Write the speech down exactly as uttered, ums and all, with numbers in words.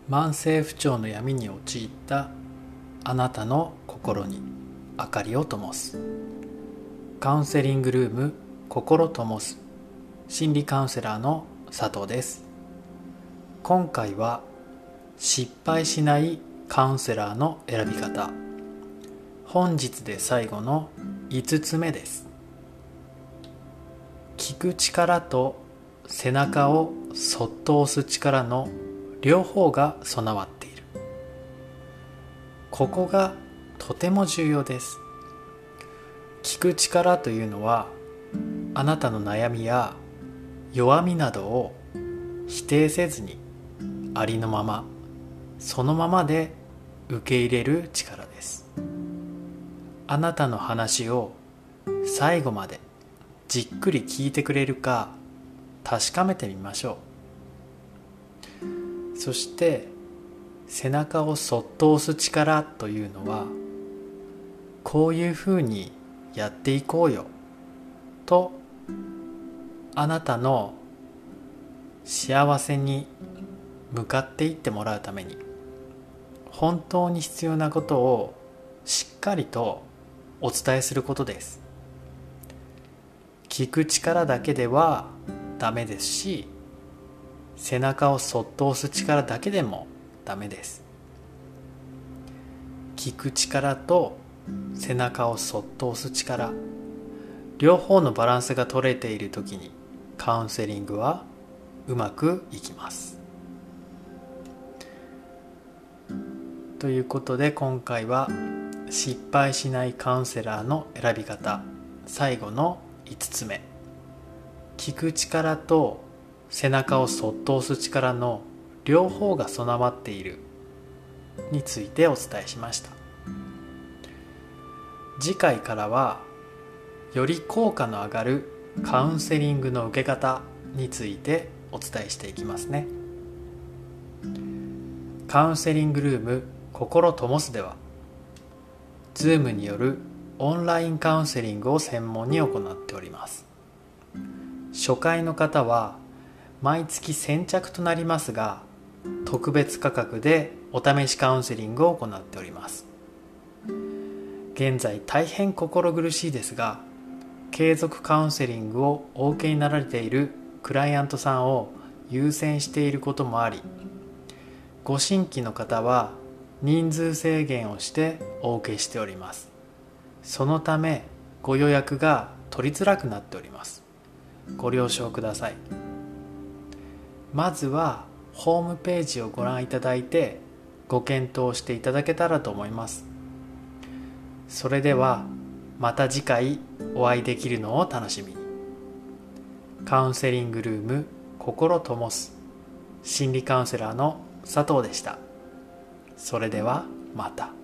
慢性不調の闇に陥ったあなたの心に明かりを灯すカウンセリングルーム心灯す心理カウンセラーの佐藤です。今回は失敗しないカウンセラーの選び方、本日で最後のいつつめです。聞く力と背中をそっと押す力の両方が備わっている。ここがとても重要です。聞く力というのは、あなたの悩みや弱みなどを否定せずにありのまま、そのままで受け入れる力です。あなたの話を最後までじっくり聞いてくれるか確かめてみましょう。そして背中をそっと押す力というのは、こういうふうにやっていこうよと、あなたの幸せに向かっていってもらうために、本当に必要なことをしっかりとお伝えすることです。聞く力だけではダメですし、背中をそっと押す力だけでもダメです。聞く力と背中をそっと押す力、両方のバランスが取れているときにカウンセリングはうまくいきます。ということで、今回は失敗しないカウンセラーの選び方、最後のいつつめ、聞く力と背中をそっと押す力の両方が備わっているについてお伝えしました。次回からはより効果の上がるカウンセリングの受け方についてお伝えしていきますね。カウンセリングルーム心灯すでは、Zoom によるオンラインカウンセリングを専門に行っております。初回の方は毎月先着となりますが、特別価格でお試しカウンセリングを行っております。現在大変心苦しいですが、継続カウンセリングをお受けになられているクライアントさんを優先していることもあり、ご新規の方は人数制限をしてお受けしております。そのためご予約が取りづらくなっております。ご了承ください。まずはホームページをご覧いただいてご検討していただけたらと思います。それではまた次回お会いできるのを楽しみに。カウンセリングルーム心灯す心理カウンセラーの佐藤でした。それではまた。